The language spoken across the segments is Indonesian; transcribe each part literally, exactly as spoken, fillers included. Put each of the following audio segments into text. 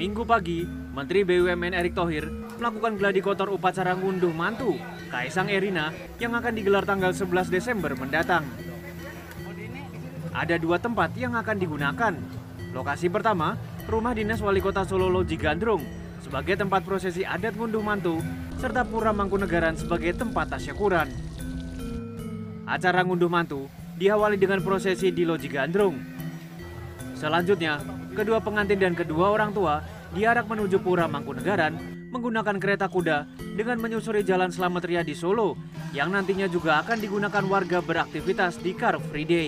Minggu pagi, Menteri B U M N Erick Thohir melakukan gladi kotor upacara ngunduh mantu Kaisang Erina yang akan digelar tanggal sebelas Desember mendatang. Ada dua tempat yang akan digunakan. Lokasi pertama, Rumah Dinas Wali Kota Solo Loji Gandrung sebagai tempat prosesi adat ngunduh mantu, serta Pura Mangkunegaran sebagai tempat tasyakuran. Acara ngunduh mantu diawali dengan prosesi di Loji Gandrung. Selanjutnya, kedua pengantin dan kedua orang tua diarak menuju Pura Mangkunegaran menggunakan kereta kuda dengan menyusuri Jalan Slamet Riyadi Solo yang nantinya juga akan digunakan warga beraktivitas di Car Free Day.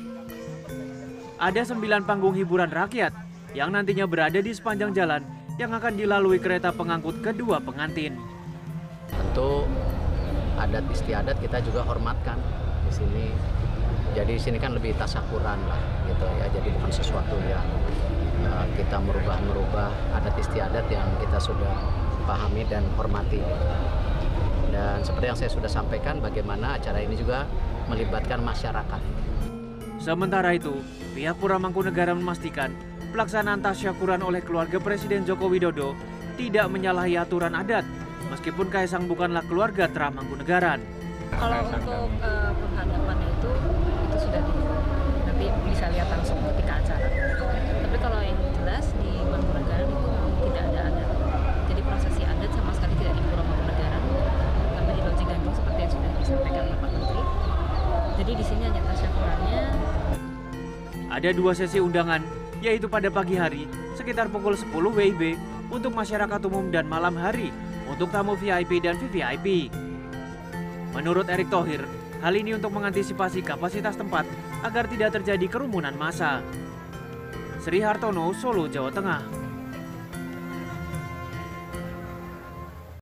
Ada sembilan panggung hiburan rakyat yang nantinya berada di sepanjang jalan yang akan dilalui kereta pengangkut kedua pengantin. Tentu adat istiadat kita juga hormatkan di sini. Jadi di sini kan lebih tasyakuran lah gitu ya. Jadi bukan sesuatu yang uh, kita merubah-merubah adat istiadat yang kita sudah pahami dan hormati. Dan seperti yang saya sudah sampaikan, bagaimana acara ini juga melibatkan masyarakat. Sementara itu, pihak Pura Mangkunegaran memastikan pelaksanaan tasyakuran oleh keluarga Presiden Joko Widodo tidak menyalahi aturan adat, meskipun Kaisang bukanlah keluarga Tra Mangkunegaran. Kalau untuk uh, penghadapannya itu, itu sudah di, nanti bisa lihat langsung ketika acara. Tapi kalau yang jelas di Mangkunegaran itu tidak ada adat. Jadi prosesi adat sama sekali tidak di Pura Mangkunegaran, tapi di Loji Gandrung seperti yang sudah disampaikan oleh Pak Menteri. Jadi di sini hanya tasyakurannya. Ada dua sesi undangan, yaitu pada pagi hari sekitar pukul sepuluh W I B untuk masyarakat umum dan malam hari untuk tamu V I P dan V V I P. Menurut Erick Thohir, hal ini untuk mengantisipasi kapasitas tempat agar tidak terjadi kerumunan massa. Sri Hartono, Solo, Jawa Tengah.